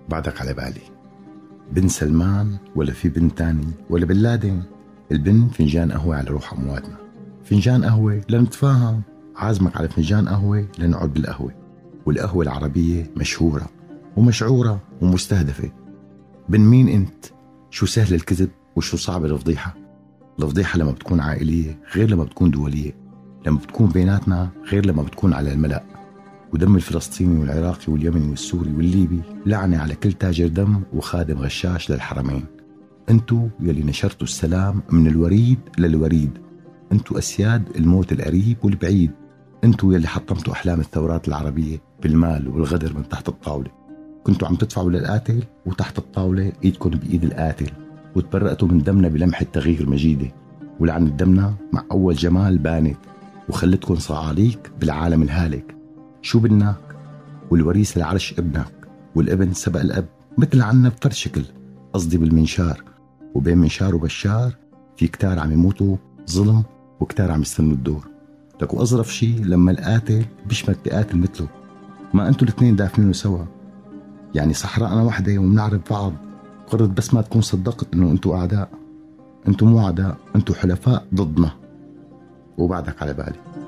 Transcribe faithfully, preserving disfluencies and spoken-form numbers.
بعدك على بالي بن سلمان ولا في بن تاني ولا بن لادن؟ البن فنجان قهوة على روح أمواتنا، فنجان قهوة لنتفاهم، عازمك على فنجان قهوة لنقعد بالقهوة. والقهوة العربية مشهورة ومشعورة ومستهدفة. بن مين أنت؟ شو سهل الكذب وشو صعب الفضيحة. الفضيحة لما بتكون عائلية غير لما بتكون دولية، لما بتكون بيناتنا غير لما بتكون على الملأ. ودم الفلسطيني والعراقي واليمني والسوري والليبي لعنة على كل تاجر دم وخادم غشاش للحرمين. انتو يلي نشرتوا السلام من الوريد للوريد، انتو أسياد الموت القريب والبعيد، انتو يلي حطمتوا أحلام الثورات العربية بالمال والغدر من تحت الطاولة. كنتوا عم تدفعوا للقاتل وتحت الطاولة ايدكم بإيد القاتل، وتبرأتوا من دمنا بلمحة تغيير مجيدة، ولعنة دمنا مع أول جمال بانت وخلتكم صعاليك بالعالم الهالك. شو بدناك؟ والوريث العرش ابنك، والابن سبق الأب مثل عنا بفرد شكل، قصدي بالمنشار. وبين منشار وبشار في كتار عم يموتوا ظلم وكتار عم يستنوا الدور. لك وأظرف شي لما القاتل بيشمت بقاتل مثله. ما أنتوا الاثنين دافنينه سوا، يعني صحراءنا وحدة ومنعرف بعض. قررت بس ما تكون صدقت إنه أنتوا أعداء. أنتوا مو أعداء، أنتوا حلفاء ضدنا. وبعدك على بالي.